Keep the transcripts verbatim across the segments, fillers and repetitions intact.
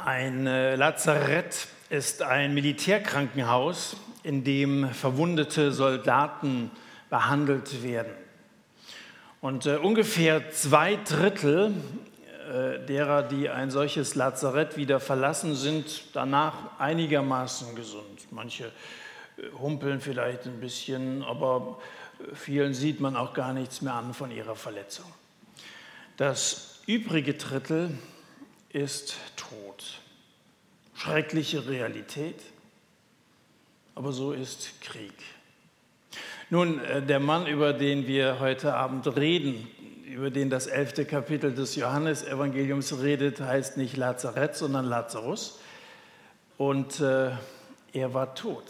Ein äh, Lazarett ist ein Militärkrankenhaus, in dem verwundete Soldaten behandelt werden. Und äh, ungefähr zwei Drittel äh, derer, die ein solches Lazarett wieder verlassen, sind danach einigermaßen gesund. Manche äh, humpeln vielleicht ein bisschen, aber vielen sieht man auch gar nichts mehr an von ihrer Verletzung. Das übrige Drittel ist tot. Schreckliche Realität, aber so ist Krieg. Nun, der Mann, über den wir heute Abend reden, über den das elfte Kapitel des Johannesevangeliums redet, heißt nicht Lazarett, sondern Lazarus. Und äh, er war tot.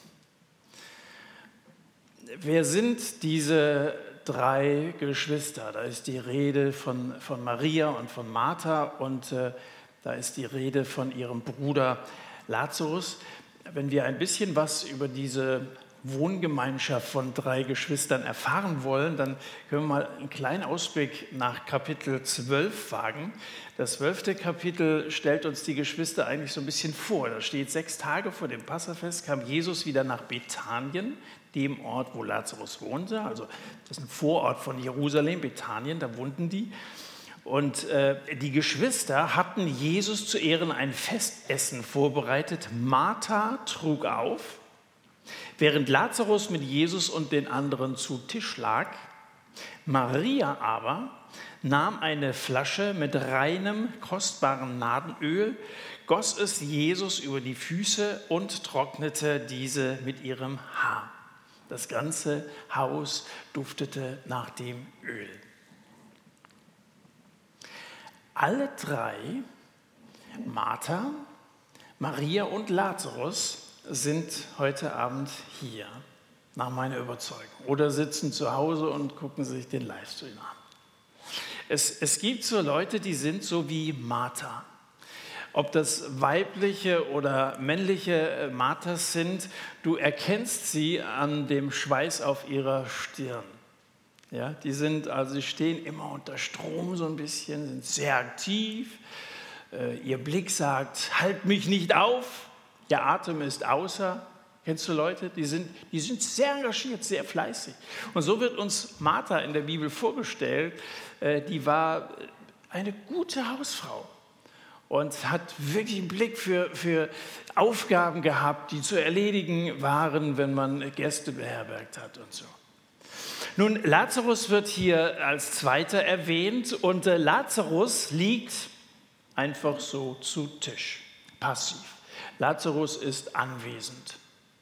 Wer sind diese drei Geschwister? Da ist die Rede von, von Maria und von Martha und äh, da ist die Rede von ihrem Bruder Lazarus. Wenn wir ein bisschen was über diese Wohngemeinschaft von drei Geschwistern erfahren wollen, dann können wir mal einen kleinen Ausblick nach Kapitel zwölf wagen. Das zwölfte Kapitel stellt uns die Geschwister eigentlich so ein bisschen vor. Da steht, sechs Tage vor dem Passafest kam Jesus wieder nach Bethanien, dem Ort, wo Lazarus wohnte. Also das ist ein Vorort von Jerusalem, Bethanien, da wohnten die. Und äh, die Geschwister hatten Jesus zu Ehren ein Festessen vorbereitet. Martha trug auf, während Lazarus mit Jesus und den anderen zu Tisch lag. Maria aber nahm eine Flasche mit reinem, kostbarem Nadenöl, goss es Jesus über die Füße und trocknete diese mit ihrem Haar. Das ganze Haus duftete nach dem Öl. Alle drei, Martha, Maria und Lazarus, sind heute Abend hier, nach meiner Überzeugung, oder sitzen zu Hause und gucken sich den Livestream an. Es, es gibt so Leute, die sind so wie Martha. Ob das weibliche oder männliche Marthas sind, du erkennst sie an dem Schweiß auf ihrer Stirn. Ja, die sind, also sie stehen immer unter Strom so ein bisschen, sind sehr aktiv. Äh, ihr Blick sagt, halt mich nicht auf. Ihr Atem ist außer. Kennst du Leute, die sind, die sind sehr engagiert, sehr fleißig. Und so wird uns Martha in der Bibel vorgestellt. Äh, die war eine gute Hausfrau und hat wirklich einen Blick für, für Aufgaben gehabt, die zu erledigen waren, wenn man Gäste beherbergt hat und so. Nun, Lazarus wird hier als Zweiter erwähnt und äh, Lazarus liegt einfach so zu Tisch, passiv. Lazarus ist anwesend.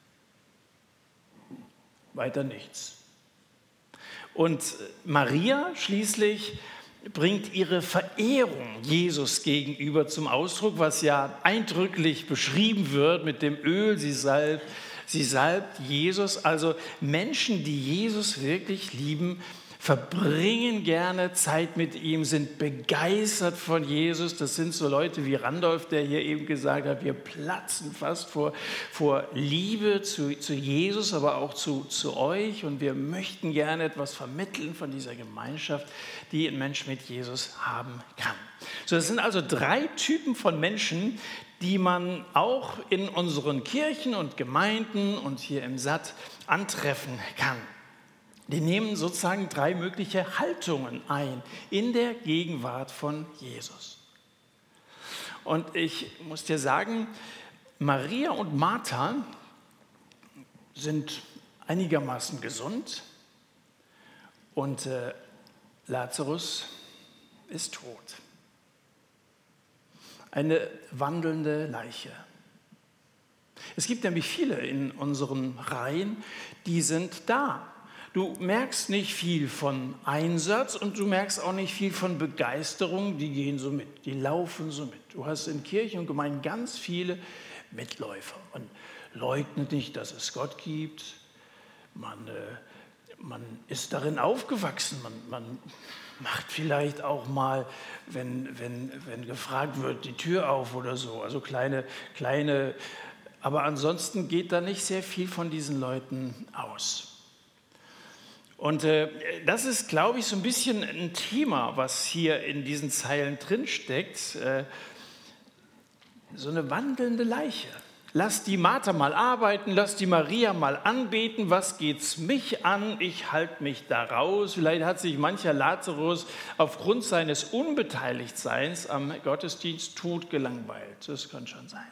Weiter nichts. Und Maria schließlich bringt ihre Verehrung Jesus gegenüber zum Ausdruck, was ja eindrücklich beschrieben wird mit dem Öl, sie salbt. Sie salbt Jesus, also Menschen, die Jesus wirklich lieben, verbringen gerne Zeit mit ihm, sind begeistert von Jesus. Das sind so Leute wie Randolph, der hier eben gesagt hat, wir platzen fast vor, vor Liebe zu, zu Jesus, aber auch zu, zu euch. Und wir möchten gerne etwas vermitteln von dieser Gemeinschaft, die ein Mensch mit Jesus haben kann. So, das sind also drei Typen von Menschen, die man auch in unseren Kirchen und Gemeinden und hier im S A T antreffen kann. Die nehmen sozusagen drei mögliche Haltungen ein in der Gegenwart von Jesus. Und ich muss dir sagen, Maria und Martha sind einigermaßen gesund und äh, Lazarus ist tot. Eine wandelnde Leiche. Es gibt nämlich viele in unseren Reihen, die sind da. Du merkst nicht viel von Einsatz und du merkst auch nicht viel von Begeisterung, die gehen so mit, die laufen so mit. Du hast in Kirchen und Gemeinden ganz viele Mitläufer. Man leugnet nicht, dass es Gott gibt. Man, äh, man ist darin aufgewachsen. Man, man macht vielleicht auch mal, wenn, wenn, wenn gefragt wird, die Tür auf oder so. Also kleine, kleine, aber ansonsten geht da nicht sehr viel von diesen Leuten aus. Und äh, das ist, glaube ich, so ein bisschen ein Thema, was hier in diesen Zeilen drinsteckt. Äh, so eine wandelnde Leiche. Lass die Martha mal arbeiten, lass die Maria mal anbeten, was geht's mich an, ich halte mich da raus. Vielleicht hat sich mancher Lazarus aufgrund seines Unbeteiligtseins am Gottesdienst totgelangweilt. Das kann schon sein.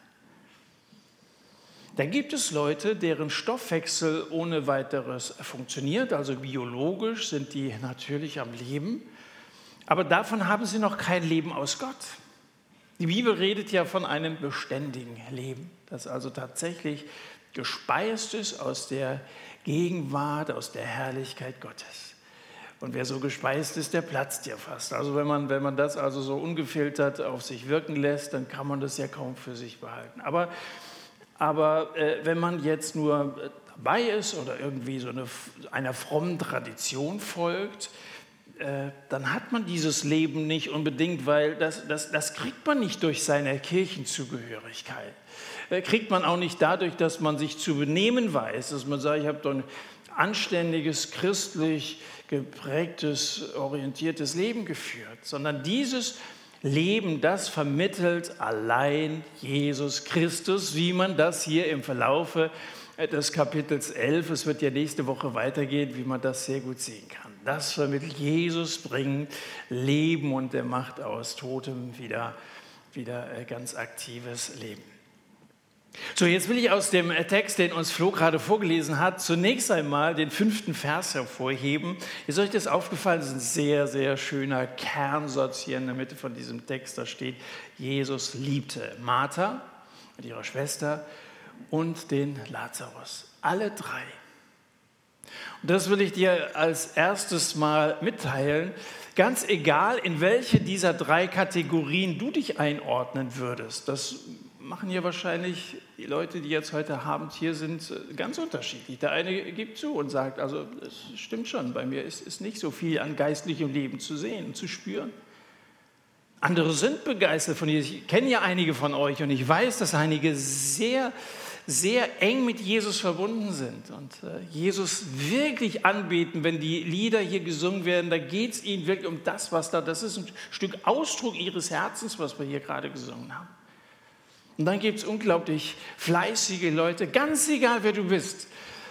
Da gibt es Leute, deren Stoffwechsel ohne weiteres funktioniert, also biologisch sind die natürlich am Leben, aber davon haben sie noch kein Leben aus Gott. Die Bibel redet ja von einem beständigen Leben, das also tatsächlich gespeist ist aus der Gegenwart, aus der Herrlichkeit Gottes. Und wer so gespeist ist, der platzt ja fast. Also wenn man, wenn man das also so ungefiltert auf sich wirken lässt, dann kann man das ja kaum für sich behalten. Aber, aber äh, wenn man jetzt nur dabei ist oder irgendwie so eine, einer frommen Tradition folgt, dann hat man dieses Leben nicht unbedingt, weil das, das, das kriegt man nicht durch seine Kirchenzugehörigkeit. Kriegt man auch nicht dadurch, dass man sich zu benehmen weiß, dass man sagt, ich habe doch ein anständiges, christlich geprägtes, orientiertes Leben geführt, sondern dieses Leben, das vermittelt allein Jesus Christus, wie man das hier im Verlaufe des Kapitels elf, es wird ja nächste Woche weitergehen, wie man das sehr gut sehen kann. Das vermittelt Jesus, bringt Leben und er macht aus Totem wieder, wieder ganz aktives Leben. So, jetzt will ich aus dem Text, den uns Flo gerade vorgelesen hat, zunächst einmal den fünften Vers hervorheben. Ist euch das aufgefallen? Das ist ein sehr, sehr schöner Kernsatz hier in der Mitte von diesem Text. Da steht, Jesus liebte Martha und ihre Schwester und den Lazarus. Alle drei. Und das will ich dir als erstes mal mitteilen. Ganz egal, in welche dieser drei Kategorien du dich einordnen würdest. Das machen hier wahrscheinlich die Leute, die jetzt heute Abend hier sind, ganz unterschiedlich. Der eine gibt zu und sagt, also es stimmt schon, bei mir ist, ist nicht so viel an geistlichem Leben zu sehen und zu spüren. Andere sind begeistert von Jesus. Ich kenne ja einige von euch und ich weiß, dass einige sehr sehr eng mit Jesus verbunden sind und äh, Jesus wirklich anbeten, wenn die Lieder hier gesungen werden, da geht es ihnen wirklich um das, was da, das ist ein Stück Ausdruck ihres Herzens, was wir hier gerade gesungen haben. Und dann gibt es unglaublich fleißige Leute, ganz egal wer du bist,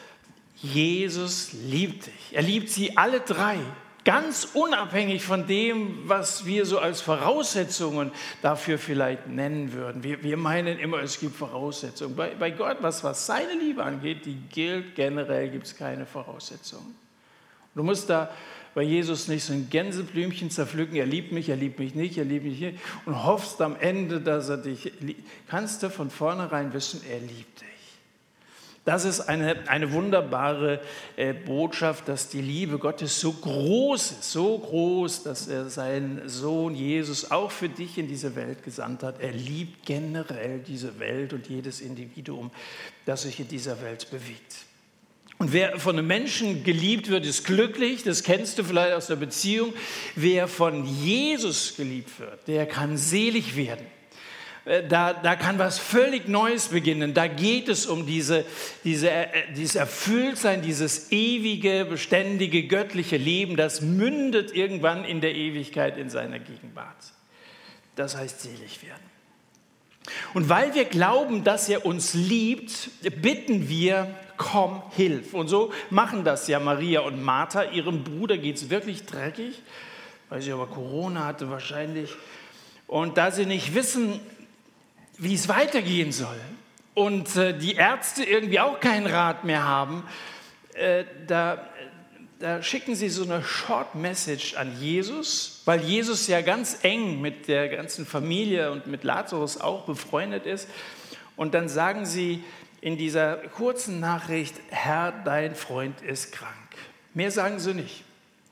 Jesus liebt dich, er liebt sie alle drei. Ganz unabhängig von dem, was wir so als Voraussetzungen dafür vielleicht nennen würden. Wir, wir meinen immer, es gibt Voraussetzungen. Bei, bei Gott, was, was seine Liebe angeht, die gilt generell, gibt es keine Voraussetzungen. Du musst da bei Jesus nicht so ein Gänseblümchen zerpflücken, er liebt mich, er liebt mich nicht, er liebt mich nicht und hoffst am Ende, dass er dich liebt. Kannst du von vornherein wissen, er liebt dich. Das ist eine, eine wunderbare äh, Botschaft, dass die Liebe Gottes so groß ist, so groß, dass er seinen Sohn Jesus auch für dich in diese Welt gesandt hat. Er liebt generell diese Welt und jedes Individuum, das sich in dieser Welt bewegt. Und wer von einem Menschen geliebt wird, ist glücklich, das kennst du vielleicht aus der Beziehung. Wer von Jesus geliebt wird, der kann selig werden. Da, da kann was völlig Neues beginnen. Da geht es um diese, diese, dieses Erfülltsein, dieses ewige, beständige, göttliche Leben. Das mündet irgendwann in der Ewigkeit in seiner Gegenwart. Das heißt selig werden. Und weil wir glauben, dass er uns liebt, bitten wir, komm, hilf. Und so machen das ja Maria und Martha. Ihrem Bruder geht es wirklich dreckig, weil sie aber Corona hatte wahrscheinlich. Und da sie nicht wissen, wie es weitergehen soll und äh, die Ärzte irgendwie auch keinen Rat mehr haben, äh, da, da schicken sie so eine Short Message an Jesus, weil Jesus ja ganz eng mit der ganzen Familie und mit Lazarus auch befreundet ist. Und dann sagen sie in dieser kurzen Nachricht, Herr, dein Freund ist krank. Mehr sagen sie nicht.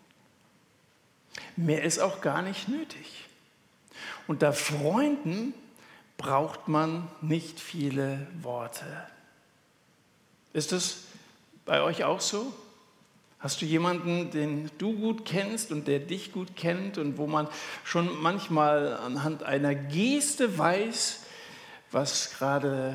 Mehr ist auch gar nicht nötig. Unter Freunden braucht man nicht viele Worte. Ist es bei euch auch so? Hast du jemanden, den du gut kennst und der dich gut kennt und wo man schon manchmal anhand einer Geste weiß, was gerade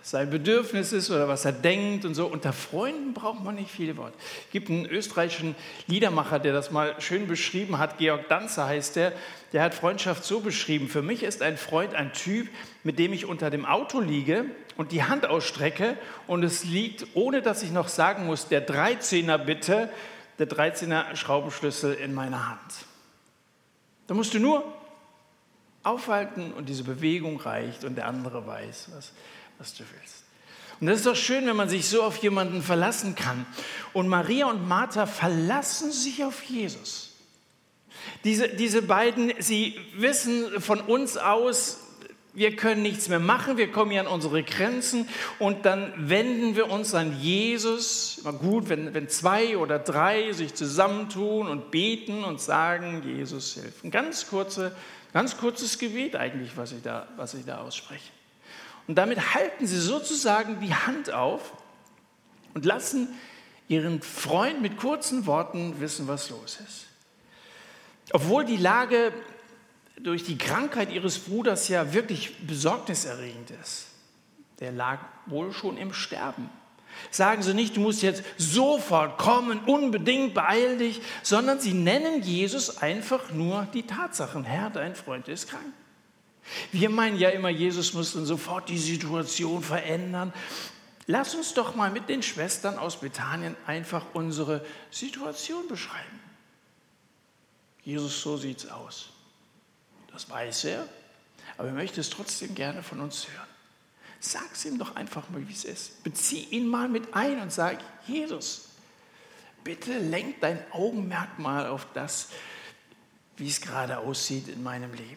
sein Bedürfnis ist oder was er denkt und so. Unter Freunden braucht man nicht viele Worte. Es gibt einen österreichischen Liedermacher, der das mal schön beschrieben hat. Georg Danzer heißt der. Der hat Freundschaft so beschrieben: Für mich ist ein Freund ein Typ, mit dem ich unter dem Auto liege und die Hand ausstrecke und es liegt, ohne dass ich noch sagen muss, der Dreizehner bitte, der Dreizehner Schraubenschlüssel in meiner Hand. Da musst du nur aufhalten und diese Bewegung reicht und der andere weiß, was, was du willst. Und das ist doch schön, wenn man sich so auf jemanden verlassen kann. Und Maria und Martha verlassen sich auf Jesus. Diese, diese beiden, sie wissen von uns aus, wir können nichts mehr machen, wir kommen hier an unsere Grenzen und dann wenden wir uns an Jesus. Immer gut, wenn, wenn zwei oder drei sich zusammentun und beten und sagen, Jesus, hilf. Ein ganz, kurze, ganz kurzes Gebet eigentlich, was ich da, was ich da ausspreche. Und damit halten sie sozusagen die Hand auf und lassen ihren Freund mit kurzen Worten wissen, was los ist. Obwohl die Lage durch die Krankheit ihres Bruders ja wirklich besorgniserregend ist. Der lag wohl schon im Sterben. Sagen sie nicht, du musst jetzt sofort kommen, unbedingt, beeil dich, sondern sie nennen Jesus einfach nur die Tatsachen. Herr, dein Freund ist krank. Wir meinen ja immer, Jesus muss dann sofort die Situation verändern. Lass uns doch mal mit den Schwestern aus Bethanien einfach unsere Situation beschreiben. Jesus, so sieht's aus. Das weiß er, aber er möchte es trotzdem gerne von uns hören. Sag es ihm doch einfach mal, wie es ist. Bezieh ihn mal mit ein und sag, Jesus, bitte lenk dein Augenmerk mal auf das, wie es gerade aussieht in meinem Leben.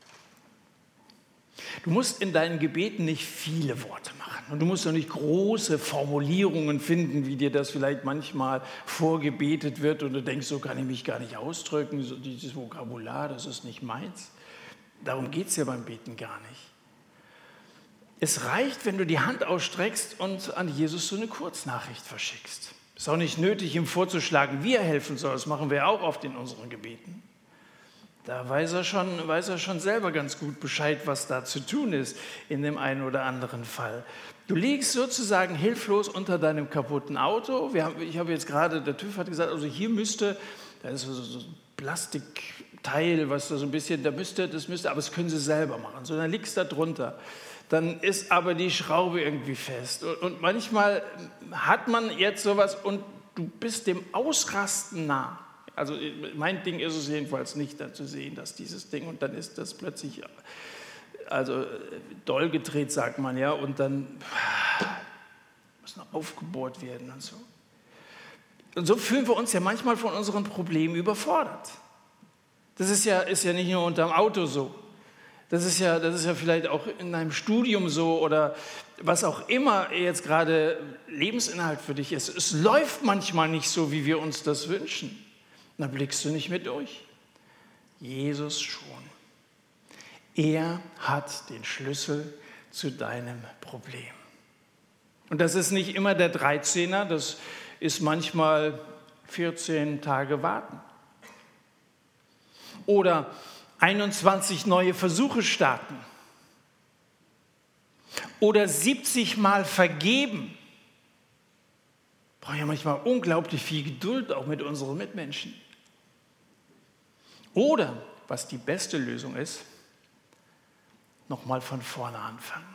Du musst in deinen Gebeten nicht viele Worte machen und du musst auch nicht große Formulierungen finden, wie dir das vielleicht manchmal vorgebetet wird und du denkst, so kann ich mich gar nicht ausdrücken, so dieses Vokabular, das ist nicht meins. Darum geht es ja beim Beten gar nicht. Es reicht, wenn du die Hand ausstreckst und an Jesus so eine Kurznachricht verschickst. Es ist auch nicht nötig, ihm vorzuschlagen, wie er helfen soll. Das machen wir auch oft in unseren Gebeten. Da weiß er schon, weiß er schon selber ganz gut Bescheid, was da zu tun ist in dem einen oder anderen Fall. Du liegst sozusagen hilflos unter deinem kaputten Auto. Wir haben, ich habe jetzt gerade, der TÜV hat gesagt, also hier müsste, da ist so, so ein Plastikteil, was da so ein bisschen, da müsste, das müsste, aber das können Sie selber machen. So, dann liegst du da drunter. Dann ist aber die Schraube irgendwie fest. Und, und manchmal hat man jetzt sowas und du bist dem Ausrasten nah. Also mein Ding ist es jedenfalls nicht, da zu sehen, dass dieses Ding, und dann ist das plötzlich, also doll gedreht, sagt man ja, und dann muss noch aufgebohrt werden und so. Und so fühlen wir uns ja manchmal von unseren Problemen überfordert. Das ist ja, ist ja nicht nur unterm Auto so. Das ist ja, das ist ja vielleicht auch in deinem Studium so oder was auch immer jetzt gerade Lebensinhalt für dich ist. Es läuft manchmal nicht so, wie wir uns das wünschen. Da blickst du nicht mehr durch. Jesus schon. Er hat den Schlüssel zu deinem Problem. Und das ist nicht immer der Dreizehner, das ist manchmal vierzehn Tage warten. Oder einundzwanzig neue Versuche starten. Oder siebzig Mal vergeben. Wir brauchen ja manchmal unglaublich viel Geduld, auch mit unseren Mitmenschen. Oder, was die beste Lösung ist, nochmal von vorne anfangen.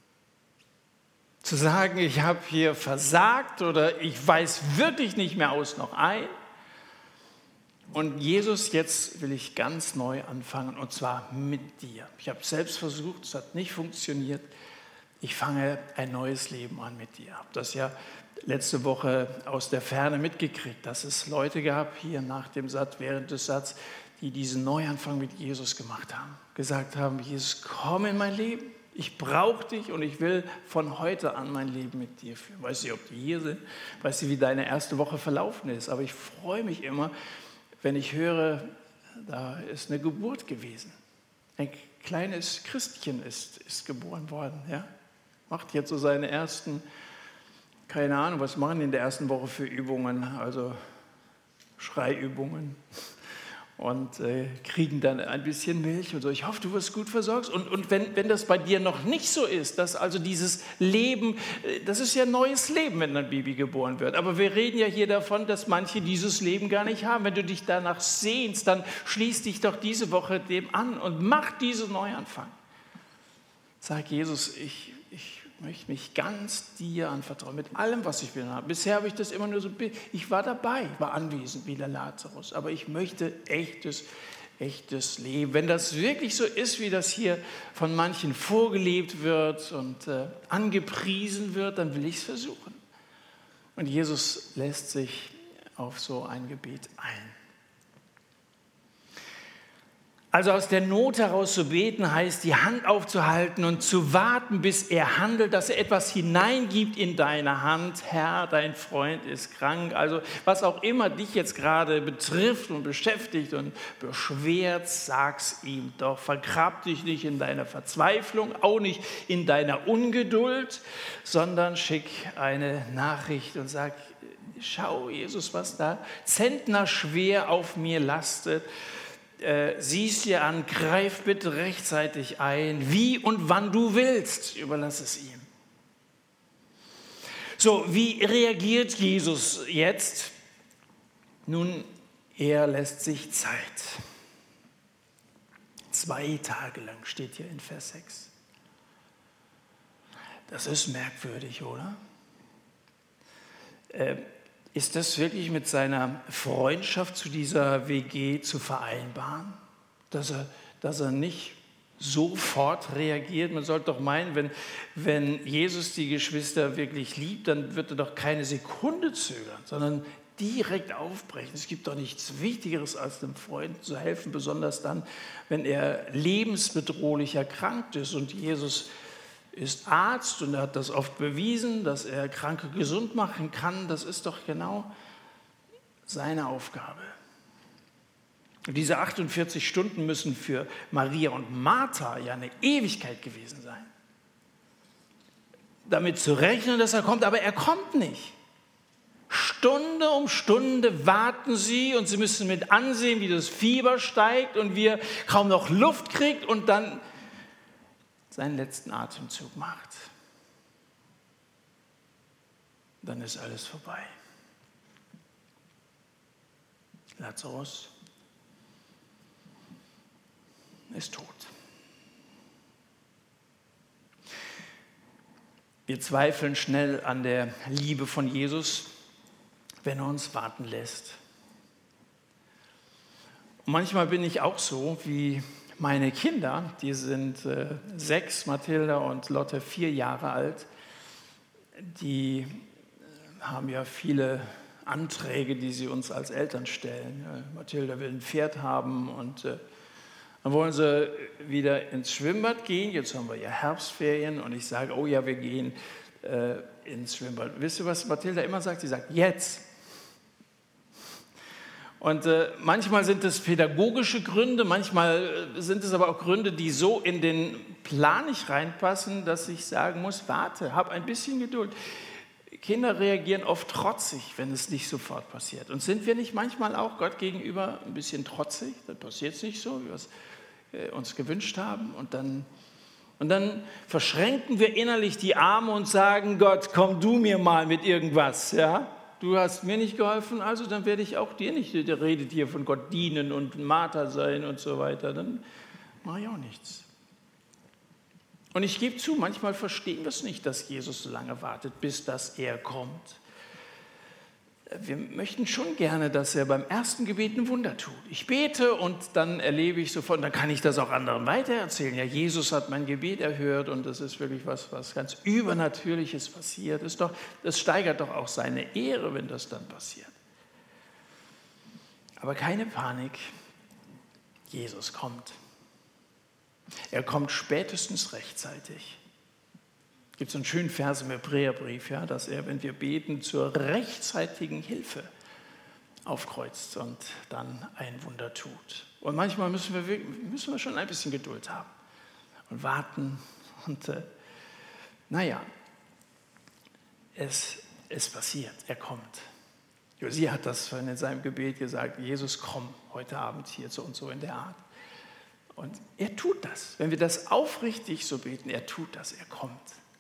Zu sagen, ich habe hier versagt oder ich weiß wirklich nicht mehr aus noch ein. Und Jesus, jetzt will ich ganz neu anfangen und zwar mit dir. Ich habe es selbst versucht, es hat nicht funktioniert. Ich fange ein neues Leben an mit dir. Ich habe das ja letzte Woche aus der Ferne mitgekriegt, dass es Leute gab, hier nach dem Satz, während des Satzes, die diesen Neuanfang mit Jesus gemacht haben. Gesagt haben, Jesus, komm in mein Leben. Ich brauche dich und ich will von heute an mein Leben mit dir führen. Ich weiß nicht, ob die hier sind, ich weiß nicht, wie deine erste Woche verlaufen ist, aber ich freue mich immer, wenn ich höre, da ist eine Geburt gewesen. Ein kleines Christchen ist, ist geboren worden. Ja? Macht jetzt so seine ersten, keine Ahnung, was machen die in der ersten Woche für Übungen, also Schreiübungen und äh, kriegen dann ein bisschen Milch und so. Ich hoffe, du wirst gut versorgt. Und, und wenn, wenn das bei dir noch nicht so ist, dass also dieses Leben, äh, das ist ja ein neues Leben, wenn ein Baby geboren wird. Aber wir reden ja hier davon, dass manche dieses Leben gar nicht haben. Wenn du dich danach sehnst, dann schließ dich doch diese Woche dem an und mach diesen Neuanfang. Sag Jesus, ich, ich möchte mich ganz dir anvertrauen, mit allem, was ich bin. Bisher habe ich das immer nur so, ich war dabei, war anwesend wie der Lazarus, aber ich möchte echtes, echtes Leben. Wenn das wirklich so ist, wie das hier von manchen vorgelebt wird und äh, angepriesen wird, dann will ich es versuchen. Und Jesus lässt sich auf so ein Gebet ein. Also aus der Not heraus zu beten heißt, die Hand aufzuhalten und zu warten, bis er handelt, dass er etwas hineingibt in deine Hand. Herr, dein Freund ist krank. Also was auch immer dich jetzt gerade betrifft und beschäftigt und beschwert, sag's ihm doch. Vergrab dich nicht in deiner Verzweiflung, auch nicht in deiner Ungeduld, sondern schick eine Nachricht und sag, schau Jesus, was da zentnerschwer auf mir lastet. Äh, siehst dir an, greif bitte rechtzeitig ein, wie und wann du willst, überlass es ihm. So, wie reagiert Jesus jetzt? Nun, er lässt sich Zeit. Zwei Tage lang steht hier in Vers sechs. Das ist merkwürdig, oder? Äh, Ist das wirklich mit seiner Freundschaft zu dieser W G zu vereinbaren? Dass er, dass er nicht sofort reagiert? Man sollte doch meinen, wenn, wenn Jesus die Geschwister wirklich liebt, dann wird er doch keine Sekunde zögern, sondern direkt aufbrechen. Es gibt doch nichts Wichtigeres, als dem Freund zu helfen, besonders dann, wenn er lebensbedrohlich erkrankt ist. Und Jesus ist Arzt und er hat das oft bewiesen, dass er Kranke gesund machen kann. Das ist doch genau seine Aufgabe. Und diese achtundvierzig Stunden müssen für Maria und Martha ja eine Ewigkeit gewesen sein. Damit zu rechnen, dass er kommt, aber er kommt nicht. Stunde um Stunde warten sie und sie müssen mit ansehen, wie das Fieber steigt und wie er kaum noch Luft kriegt und dann seinen letzten Atemzug macht. Dann ist alles vorbei. Lazarus ist tot. Wir zweifeln schnell an der Liebe von Jesus, wenn er uns warten lässt. Und manchmal bin ich auch so wie meine Kinder, die sind äh, sechs, Mathilda und Lotte, vier Jahre alt. Die haben ja viele Anträge, die sie uns als Eltern stellen. Äh, Mathilda will ein Pferd haben und äh, dann wollen sie wieder ins Schwimmbad gehen. Jetzt haben wir ja Herbstferien und ich sage, oh ja, wir gehen äh, ins Schwimmbad. Wisst ihr, was Mathilda immer sagt? Sie sagt, jetzt. Und äh, manchmal sind es pädagogische Gründe, manchmal sind es aber auch Gründe, die so in den Plan nicht reinpassen, dass ich sagen muss, warte, hab ein bisschen Geduld. Kinder reagieren oft trotzig, wenn es nicht sofort passiert. Und sind wir nicht manchmal auch Gott gegenüber ein bisschen trotzig? Dann passiert es nicht so, wie wir es äh, uns gewünscht haben. Und dann, und dann verschränken wir innerlich die Arme und sagen, Gott, komm du mir mal mit irgendwas, ja? Du hast mir nicht geholfen, also dann werde ich auch dir nicht, der redet hier von Gott dienen und Martha sein und so weiter, dann mache ich auch nichts. Und ich gebe zu, manchmal verstehen wir es nicht, dass Jesus so lange wartet, bis dass er kommt. Wir möchten schon gerne, dass er beim ersten Gebet ein Wunder tut. Ich bete und dann erlebe ich sofort, dann kann ich das auch anderen weitererzählen. Ja, Jesus hat mein Gebet erhört und das ist wirklich was, was ganz Übernatürliches passiert. Das, ist doch, das steigert doch auch seine Ehre, wenn das dann passiert. Aber keine Panik, Jesus kommt. Er kommt spätestens rechtzeitig. Es gibt so einen schönen Vers im Hebräerbrief, ja, dass er, wenn wir beten, zur rechtzeitigen Hilfe aufkreuzt und dann ein Wunder tut. Und manchmal müssen wir, müssen wir schon ein bisschen Geduld haben und warten. Und äh, naja, es, es passiert, er kommt. Josia hat das vorhin in seinem Gebet gesagt, Jesus, komm heute Abend hier zu uns, so in der Art. Und er tut das. Wenn wir das aufrichtig so beten, er tut das, er kommt.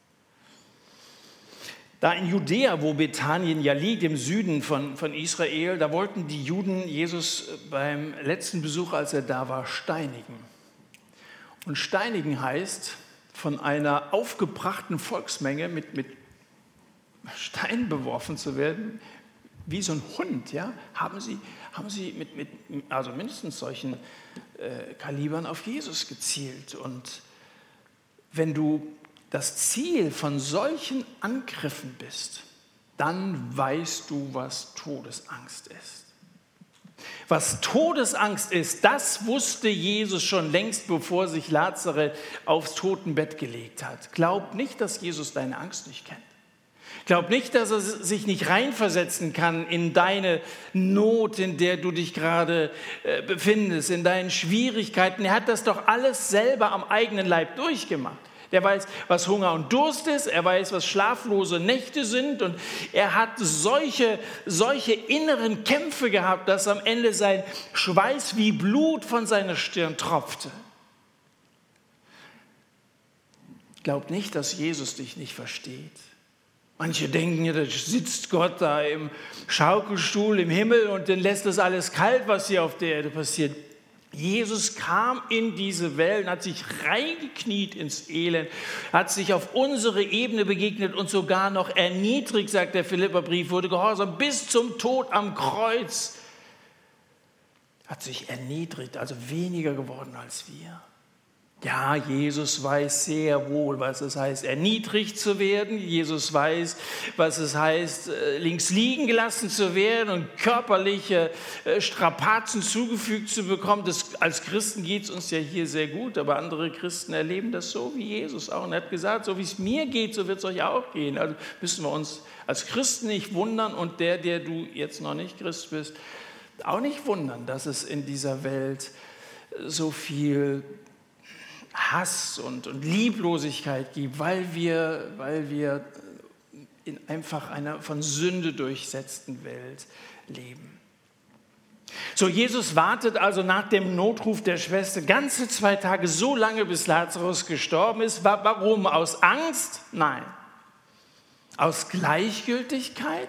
Da in Judäa, wo Bethanien ja liegt, im Süden von, von Israel, da wollten die Juden Jesus beim letzten Besuch, als er da war, steinigen. Und steinigen heißt, von einer aufgebrachten Volksmenge mit, mit Steinen beworfen zu werden, wie so ein Hund, ja, haben sie, haben sie mit, mit also mindestens solchen äh, Kalibern auf Jesus gezielt. Und wenn du das Ziel von solchen Angriffen bist, dann weißt du, was Todesangst ist. Was Todesangst ist, das wusste Jesus schon längst, bevor sich Lazarus aufs Totenbett gelegt hat. Glaub nicht, dass Jesus deine Angst nicht kennt. Glaub nicht, dass er sich nicht reinversetzen kann in deine Not, in der du dich gerade äh, befindest, in deinen Schwierigkeiten. Er hat das doch alles selber am eigenen Leib durchgemacht. Der weiß, was Hunger und Durst ist, er weiß, was schlaflose Nächte sind und er hat solche, solche inneren Kämpfe gehabt, dass am Ende sein Schweiß wie Blut von seiner Stirn tropfte. Glaub nicht, dass Jesus dich nicht versteht. Manche denken, ja, da sitzt Gott da im Schaukelstuhl im Himmel und dann lässt das alles kalt, was hier auf der Erde passiert. Jesus kam in diese Welt, hat sich reingekniet ins Elend, hat sich auf unsere Ebene begegnet und sogar noch erniedrigt, sagt der Philipperbrief, wurde gehorsam bis zum Tod am Kreuz. Hat sich erniedrigt, also weniger geworden als wir. Ja, Jesus weiß sehr wohl, was es heißt, erniedrigt zu werden. Jesus weiß, was es heißt, links liegen gelassen zu werden und körperliche Strapazen zugefügt zu bekommen. Das, als Christen geht es uns ja hier sehr gut, aber andere Christen erleben das so wie Jesus auch. Und er hat gesagt, so wie es mir geht, so wird es euch auch gehen. Also müssen wir uns als Christen nicht wundern und der, der du jetzt noch nicht Christ bist, auch nicht wundern, dass es in dieser Welt so viel Hass und, und Lieblosigkeit gibt, weil wir, weil wir in einfach einer von Sünde durchsetzten Welt leben. So, Jesus wartet also nach dem Notruf der Schwester ganze zwei Tage, so lange, bis Lazarus gestorben ist. Warum? Aus Angst? Nein. Aus Gleichgültigkeit?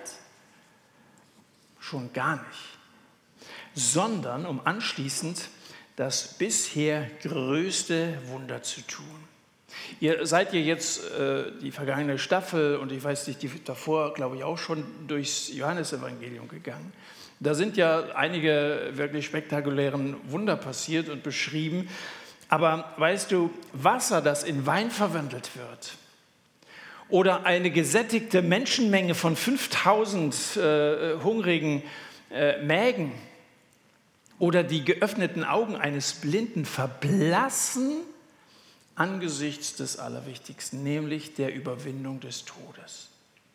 Schon gar nicht. Sondern um anschließend das bisher größte Wunder zu tun. Ihr seid ja jetzt äh, die vergangene Staffel und ich weiß nicht, die davor, glaube ich, auch schon durchs Johannesevangelium gegangen. Da sind ja einige wirklich spektakulären Wunder passiert und beschrieben. Aber weißt du, Wasser, das in Wein verwandelt wird, oder eine gesättigte Menschenmenge von fünftausend äh, hungrigen äh, Mägen, oder die geöffneten Augen eines Blinden verblassen angesichts des Allerwichtigsten, nämlich der Überwindung des Todes.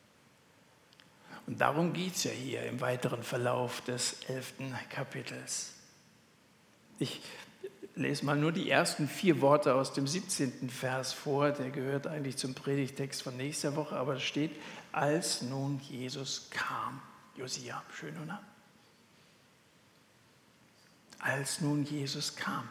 Und darum geht es ja hier im weiteren Verlauf des elften Kapitels. Ich lese mal nur die ersten vier Worte aus dem siebzehnten Vers vor. Der gehört eigentlich zum Predigtext von nächster Woche, aber es steht, als nun Jesus kam. Josia, schön, oder? Als nun Jesus kam.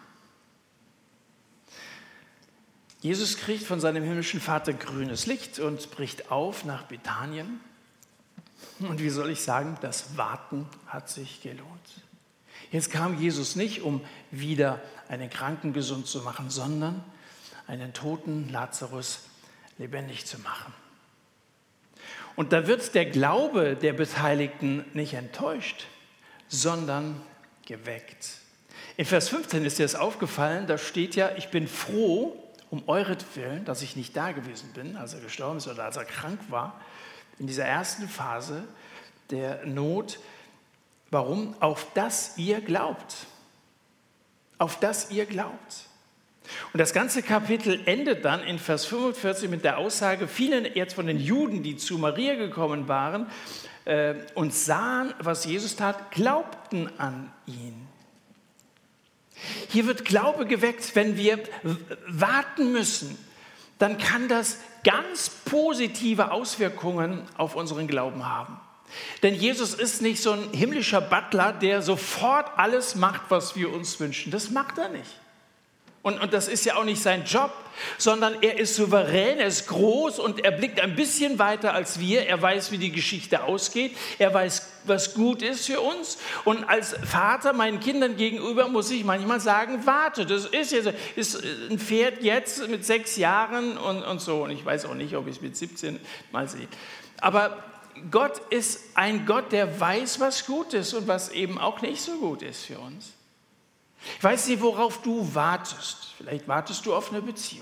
Jesus kriegt von seinem himmlischen Vater grünes Licht und bricht auf nach Bethanien. Und wie soll ich sagen, das Warten hat sich gelohnt. Jetzt kam Jesus nicht, um wieder einen Kranken gesund zu machen, sondern einen toten Lazarus lebendig zu machen. Und da wird der Glaube der Beteiligten nicht enttäuscht, sondern geweckt. In Vers fünfzehn ist dir das aufgefallen, da steht ja, ich bin froh um euretwillen, dass ich nicht da gewesen bin, als er gestorben ist oder als er krank war, in dieser ersten Phase der Not. Warum? Auf das ihr glaubt. Auf das ihr glaubt. Und das ganze Kapitel endet dann in Vers fünfundvierzig mit der Aussage, viele jetzt von den Juden, die zu Maria gekommen waren äh, und sahen, was Jesus tat, glaubten an ihn. Hier wird Glaube geweckt, wenn wir warten müssen, dann kann das ganz positive Auswirkungen auf unseren Glauben haben. Denn Jesus ist nicht so ein himmlischer Butler, der sofort alles macht, was wir uns wünschen. Das macht er nicht. Und, und das ist ja auch nicht sein Job, sondern er ist souverän, er ist groß und er blickt ein bisschen weiter als wir. Er weiß, wie die Geschichte ausgeht. Er weiß, was gut ist für uns. Und als Vater meinen Kindern gegenüber muss ich manchmal sagen, warte, das ist jetzt ist ein Pferd jetzt mit sechs Jahren und, und so. Und ich weiß auch nicht, ob ich es mit siebzehn mal sehe. Aber Gott ist ein Gott, der weiß, was gut ist und was eben auch nicht so gut ist für uns. Ich weiß nicht, worauf du wartest. Vielleicht wartest du auf eine Beziehung.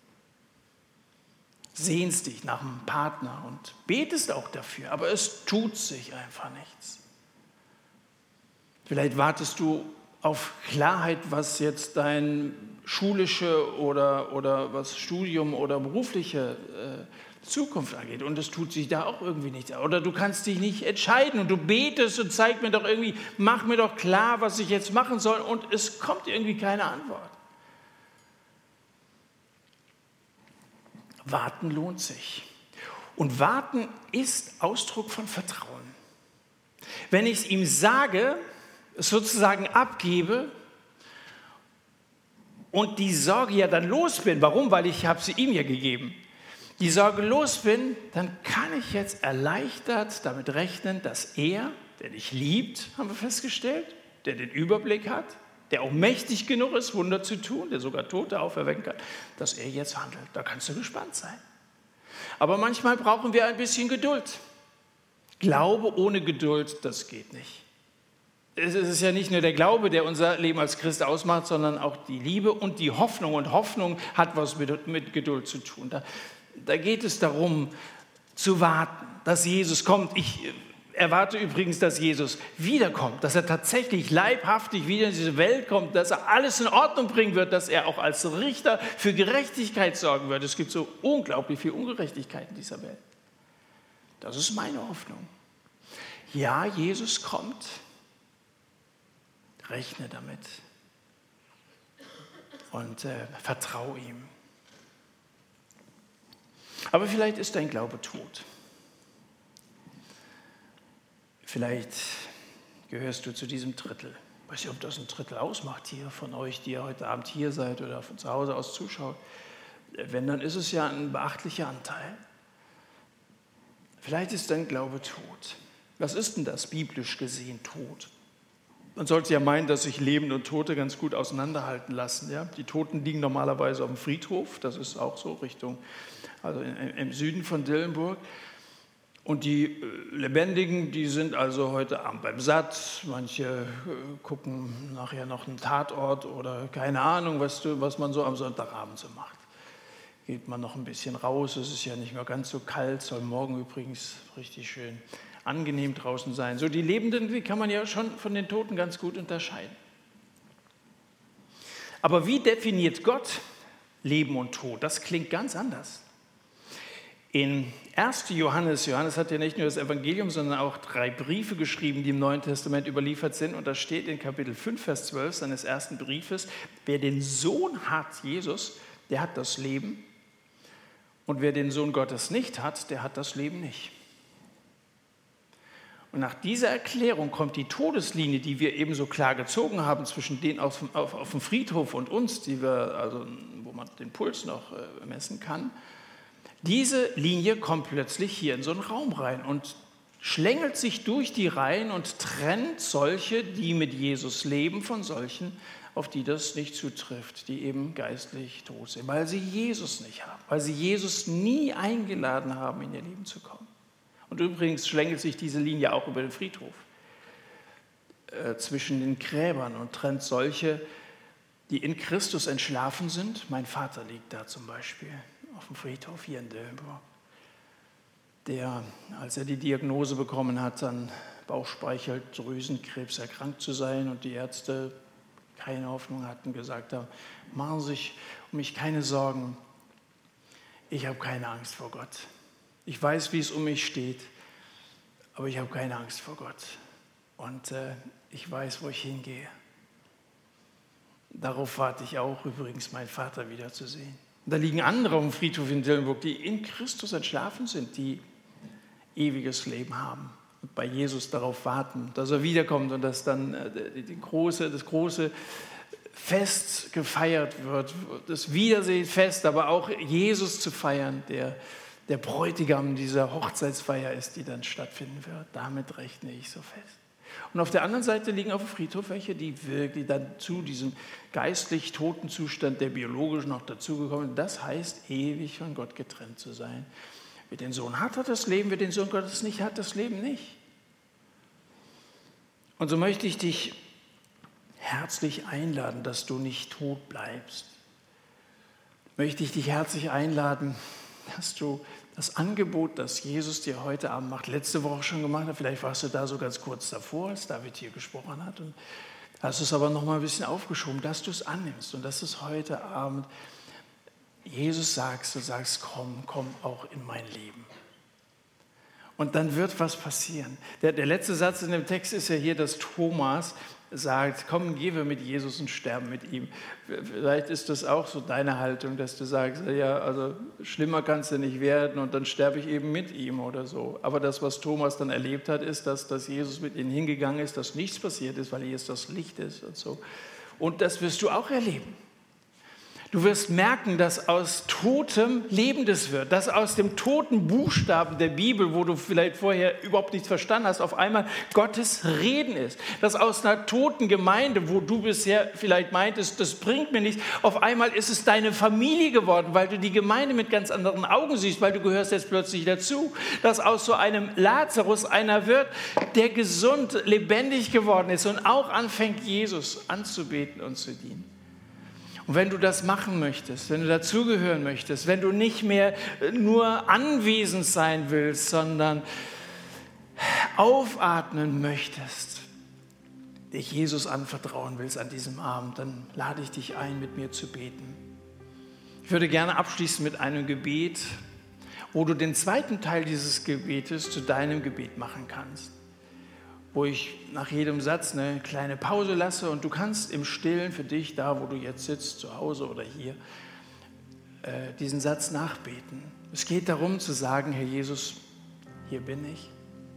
Sehnst dich nach einem Partner und betest auch dafür, aber es tut sich einfach nichts. Vielleicht wartest du auf Klarheit, was jetzt dein schulische oder, oder was Studium oder berufliche äh, Zukunft angeht und es tut sich da auch irgendwie nichts. Oder du kannst dich nicht entscheiden und du betest und zeig mir doch irgendwie, mach mir doch klar, was ich jetzt machen soll und es kommt irgendwie keine Antwort. Warten lohnt sich. Und warten ist Ausdruck von Vertrauen. Wenn ich es ihm sage, es sozusagen abgebe und die Sorge ja dann los bin, warum? Weil ich habe sie ihm ja gegeben. Die Sorge los bin, dann kann ich jetzt erleichtert damit rechnen, dass er, der dich liebt, haben wir festgestellt, der den Überblick hat, der auch mächtig genug ist, Wunder zu tun, der sogar Tote auferwecken kann, dass er jetzt handelt. Da kannst du gespannt sein. Aber manchmal brauchen wir ein bisschen Geduld. Glaube ohne Geduld, das geht nicht. Es ist ja nicht nur der Glaube, der unser Leben als Christ ausmacht, sondern auch die Liebe und die Hoffnung. Und Hoffnung hat was mit, mit Geduld zu tun. Da, Da geht es darum, zu warten, dass Jesus kommt. Ich erwarte übrigens, dass Jesus wiederkommt, dass er tatsächlich leibhaftig wieder in diese Welt kommt, dass er alles in Ordnung bringen wird, dass er auch als Richter für Gerechtigkeit sorgen wird. Es gibt so unglaublich viel Ungerechtigkeit in dieser Welt. Das ist meine Hoffnung. Ja, Jesus kommt. Rechne damit und äh, vertraue ihm. Aber vielleicht ist dein Glaube tot. Vielleicht gehörst du zu diesem Drittel. Ich weiß nicht, ob das ein Drittel ausmacht hier von euch, die ihr heute Abend hier seid oder von zu Hause aus zuschaut. Wenn, dann ist es ja ein beachtlicher Anteil. Vielleicht ist dein Glaube tot. Was ist denn das biblisch gesehen tot? Man sollte ja meinen, dass sich Lebende und Tote ganz gut auseinanderhalten lassen. Ja? Die Toten liegen normalerweise auf dem Friedhof, das ist auch so Richtung, also im Süden von Dillenburg. Und die Lebendigen, die sind also heute Abend beim Satt. Manche gucken nachher noch einen Tatort oder keine Ahnung, was, du, was man so am Sonntagabend so macht. Geht man noch ein bisschen raus, es ist ja nicht mehr ganz so kalt, soll morgen übrigens richtig schön angenehm draußen sein. So die Lebenden, die kann man ja schon von den Toten ganz gut unterscheiden. Aber wie definiert Gott Leben und Tod? Das klingt ganz anders. In ersten Johannes, Johannes hat ja nicht nur das Evangelium, sondern auch drei Briefe geschrieben, die im Neuen Testament überliefert sind. Und da steht in Kapitel fünf, Vers zwölf seines ersten Briefes, wer den Sohn hat, Jesus, der hat das Leben. Und wer den Sohn Gottes nicht hat, der hat das Leben nicht. Und nach dieser Erklärung kommt die Todeslinie, die wir eben so klar gezogen haben, zwischen denen auf, auf, auf dem Friedhof und uns, die wir, also, wo man den Puls noch äh, messen kann. Diese Linie kommt plötzlich hier in so einen Raum rein und schlängelt sich durch die Reihen und trennt solche, die mit Jesus leben, von solchen, auf die das nicht zutrifft, die eben geistlich tot sind, weil sie Jesus nicht haben, weil sie Jesus nie eingeladen haben, in ihr Leben zu kommen. Und übrigens schlängelt sich diese Linie auch über den Friedhof äh, zwischen den Gräbern und trennt solche, die in Christus entschlafen sind. Mein Vater liegt da zum Beispiel auf dem Friedhof hier in Dillenburg, der, als er die Diagnose bekommen hat, an Bauchspeicheldrüsenkrebs erkrankt zu sein und die Ärzte keine Hoffnung hatten, gesagt haben, machen Sie sich um mich keine Sorgen, ich habe keine Angst vor Gott. Ich weiß, wie es um mich steht, aber ich habe keine Angst vor Gott. Und äh, ich weiß, wo ich hingehe. Darauf warte ich auch, übrigens meinen Vater wiederzusehen. Und da liegen andere auf dem Friedhof in Dillenburg, die in Christus entschlafen sind, die ewiges Leben haben. und bei Jesus darauf warten, dass er wiederkommt und dass dann die große, das große Fest gefeiert wird, das Wiedersehenfest, aber auch Jesus zu feiern, der der Bräutigam dieser Hochzeitsfeier ist, die dann stattfinden wird. Damit rechne ich so fest. Und auf der anderen Seite liegen auf dem Friedhof welche, die wirklich dann zu diesem geistlich toten Zustand, der biologisch noch dazugekommen ist. Das heißt, ewig von Gott getrennt zu sein. Wer den Sohn hat, hat das Leben. Wer den Sohn Gottes nicht hat, das Leben nicht. Und so möchte ich dich herzlich einladen, dass du nicht tot bleibst. Möchte ich dich herzlich einladen, dass du das Angebot, das Jesus dir heute Abend macht, letzte Woche schon gemacht hat, vielleicht warst du da so ganz kurz davor, als David hier gesprochen hat, und hast es aber noch mal ein bisschen aufgeschoben, dass du es annimmst und dass du es heute Abend Jesus sagst, du sagst, komm, komm auch in mein Leben. Und dann wird was passieren. Der, der letzte Satz in dem Text ist ja hier, dass Thomas sagt, komm, gehen wir mit Jesus und sterben mit ihm. Vielleicht ist das auch so deine Haltung, dass du sagst, ja, also schlimmer kann es ja nicht werden und dann sterbe ich eben mit ihm oder so. Aber das, was Thomas dann erlebt hat, ist, dass, dass Jesus mit ihnen hingegangen ist, dass nichts passiert ist, weil Jesus das Licht ist und so. Und das wirst du auch erleben. Du wirst merken, dass aus Totem Lebendes wird, dass aus dem toten Buchstaben der Bibel, wo du vielleicht vorher überhaupt nichts verstanden hast, auf einmal Gottes Reden ist. Dass aus einer toten Gemeinde, wo du bisher vielleicht meintest, das bringt mir nichts, auf einmal ist es deine Familie geworden, weil du die Gemeinde mit ganz anderen Augen siehst, weil du gehörst jetzt plötzlich dazu. Dass aus so einem Lazarus einer wird, der gesund, lebendig geworden ist und auch anfängt, Jesus anzubeten und zu dienen. Und wenn du das machen möchtest, wenn du dazugehören möchtest, wenn du nicht mehr nur anwesend sein willst, sondern aufatmen möchtest, dich Jesus anvertrauen willst an diesem Abend, dann lade ich dich ein, mit mir zu beten. Ich würde gerne abschließen mit einem Gebet, wo du den zweiten Teil dieses Gebetes zu deinem Gebet machen kannst. Wo ich nach jedem Satz eine kleine Pause lasse und du kannst im Stillen für dich, da wo du jetzt sitzt, zu Hause oder hier, äh, diesen Satz nachbeten. Es geht darum zu sagen, Herr Jesus, hier bin ich.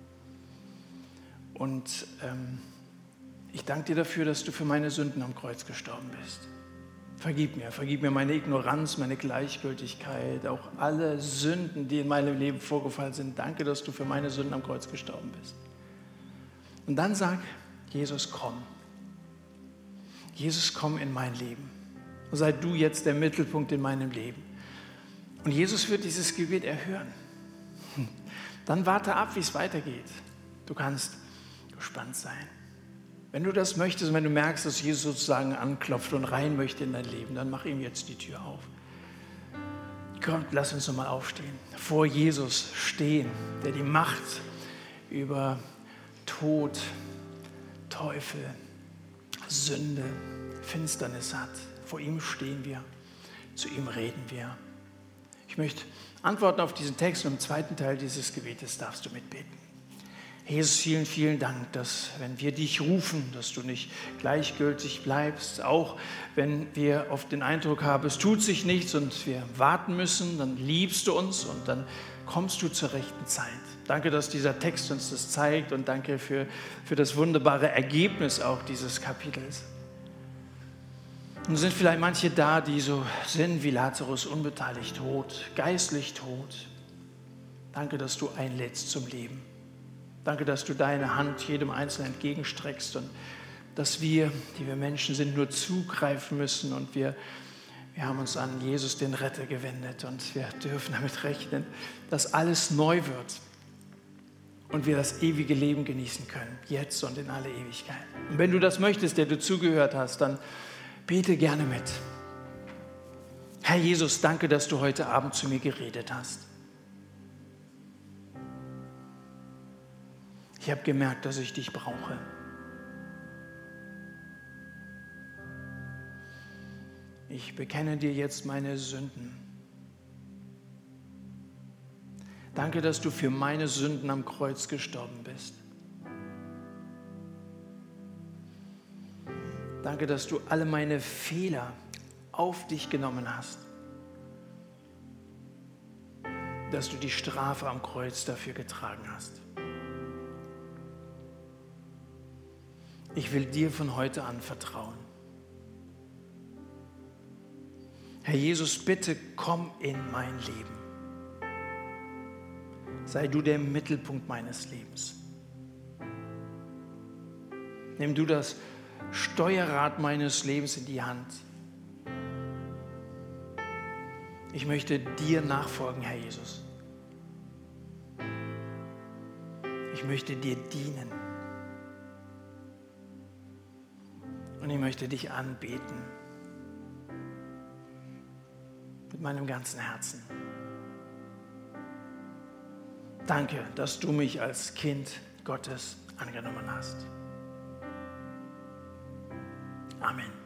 Und ähm, ich danke dir dafür, dass du für meine Sünden am Kreuz gestorben bist. Vergib mir, vergib mir meine Ignoranz, meine Gleichgültigkeit, auch alle Sünden, die in meinem Leben vorgefallen sind. Danke, dass du für meine Sünden am Kreuz gestorben bist. Und dann sag, Jesus, komm. Jesus, komm in mein Leben. Und sei du jetzt der Mittelpunkt in meinem Leben. Und Jesus wird dieses Gebet erhören. Dann warte ab, wie es weitergeht. Du kannst gespannt sein. Wenn du das möchtest und wenn du merkst, dass Jesus sozusagen anklopft und rein möchte in dein Leben, dann mach ihm jetzt die Tür auf. Komm, lass uns nochmal aufstehen. Vor Jesus stehen, der die Macht über Tod, Teufel, Sünde, Finsternis hat. Vor ihm stehen wir, zu ihm reden wir. Ich möchte antworten auf diesen Text und im zweiten Teil dieses Gebetes darfst du mitbeten. Jesus, vielen, vielen Dank, dass wenn wir dich rufen, dass du nicht gleichgültig bleibst, auch wenn wir oft den Eindruck haben, es tut sich nichts und wir warten müssen, dann liebst du uns und dann kommst du zur rechten Zeit. Danke, dass dieser Text uns das zeigt und danke für, für das wunderbare Ergebnis auch dieses Kapitels. Und es sind vielleicht manche da, die so sind wie Lazarus, unbeteiligt tot, geistlich tot. Danke, dass du einlädst zum Leben. Danke, dass du deine Hand jedem Einzelnen entgegenstreckst und dass wir, die wir Menschen sind, nur zugreifen müssen und wir Wir haben uns an Jesus, den Retter, gewendet und wir dürfen damit rechnen, dass alles neu wird und wir das ewige Leben genießen können, jetzt und in alle Ewigkeit. Und wenn du das möchtest, der du zugehört hast, dann bete gerne mit. Herr Jesus, danke, dass du heute Abend zu mir geredet hast. Ich habe gemerkt, dass ich dich brauche. Ich bekenne dir jetzt meine Sünden. Danke, dass du für meine Sünden am Kreuz gestorben bist. Danke, dass du alle meine Fehler auf dich genommen hast. Dass du die Strafe am Kreuz dafür getragen hast. Ich will dir von heute an vertrauen. Herr Jesus, bitte komm in mein Leben. Sei du der Mittelpunkt meines Lebens. Nimm du das Steuerrad meines Lebens in die Hand. Ich möchte dir nachfolgen, Herr Jesus. Ich möchte dir dienen. Und ich möchte dich anbeten. Mit meinem ganzen Herzen. Danke, dass du mich als Kind Gottes angenommen hast. Amen.